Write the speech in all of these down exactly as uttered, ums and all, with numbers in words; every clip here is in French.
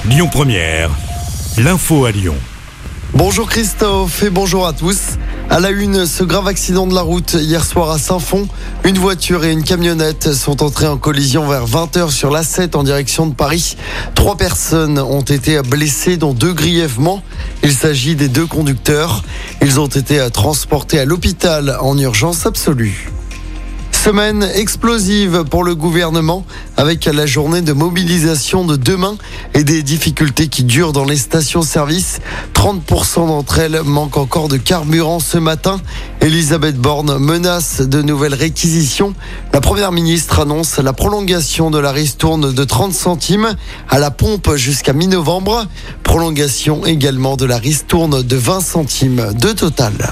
Lyon Première, l'info à Lyon. Bonjour Christophe et bonjour à tous. À la une, ce grave accident de la route hier soir à Saint-Fond. Une voiture et une camionnette sont entrées en collision vers vingt heures sur l'A sept en direction de Paris. Trois personnes ont été blessées, dont deux grièvement. Il s'agit des deux conducteurs. Ils ont été transportés à l'hôpital en urgence absolue. Semaine explosive pour le gouvernement avec la journée de mobilisation de demain et des difficultés qui durent dans les stations-service. trente pour cent d'entre elles manquent encore de carburant ce matin. Elisabeth Borne menace de nouvelles réquisitions. La première ministre annonce la prolongation de la ristourne de trente centimes à la pompe jusqu'à mi-novembre. Prolongation également de la ristourne de vingt centimes de Total.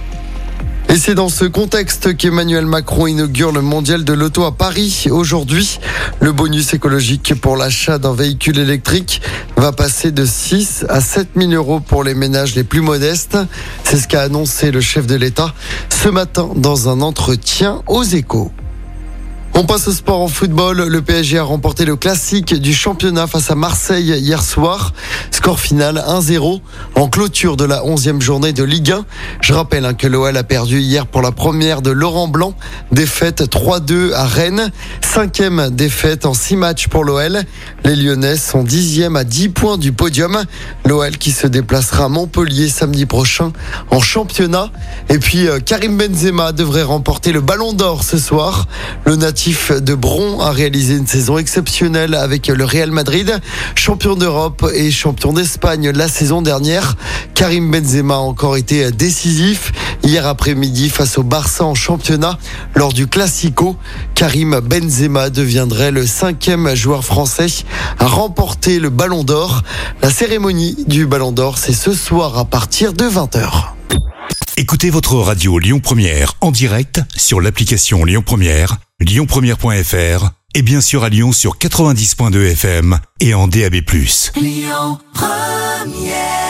Et c'est dans ce contexte qu'Emmanuel Macron inaugure le mondial de l'auto à Paris. Aujourd'hui, le bonus écologique pour l'achat d'un véhicule électrique va passer de six à sept mille euros pour les ménages les plus modestes. C'est ce qu'a annoncé le chef de l'État ce matin dans un entretien aux Échos. On passe au sport en football. Le P S G a remporté le classique du championnat face à Marseille hier soir. Score final un zéro en clôture de la onzième journée de Ligue un. Je rappelle hein, que l'O L a perdu hier pour la première de Laurent Blanc. Défaite trois deux à Rennes. Cinquième défaite en six matchs pour l'O L. Les Lyonnais sont dixième à dix points du podium. L'O L qui se déplacera à Montpellier samedi prochain en championnat. Et puis euh, Karim Benzema devrait remporter le Ballon d'Or ce soir. Le natif de Bron a réalisé une saison exceptionnelle avec le Real Madrid, champion d'Europe et champion d'Espagne la saison dernière. Karim Benzema a encore été décisif hier après-midi face au Barça en championnat lors du Classico. Karim Benzema deviendrait le cinquième joueur français à remporter le Ballon d'Or. La cérémonie du Ballon d'Or, c'est ce soir à partir de vingt heures. Écoutez votre radio Lyon Première en direct sur l'application Lyon Première, lyon première point f r et bien sûr à Lyon sur quatre-vingt-dix point deux F M et en D A B plus. Lyon Première.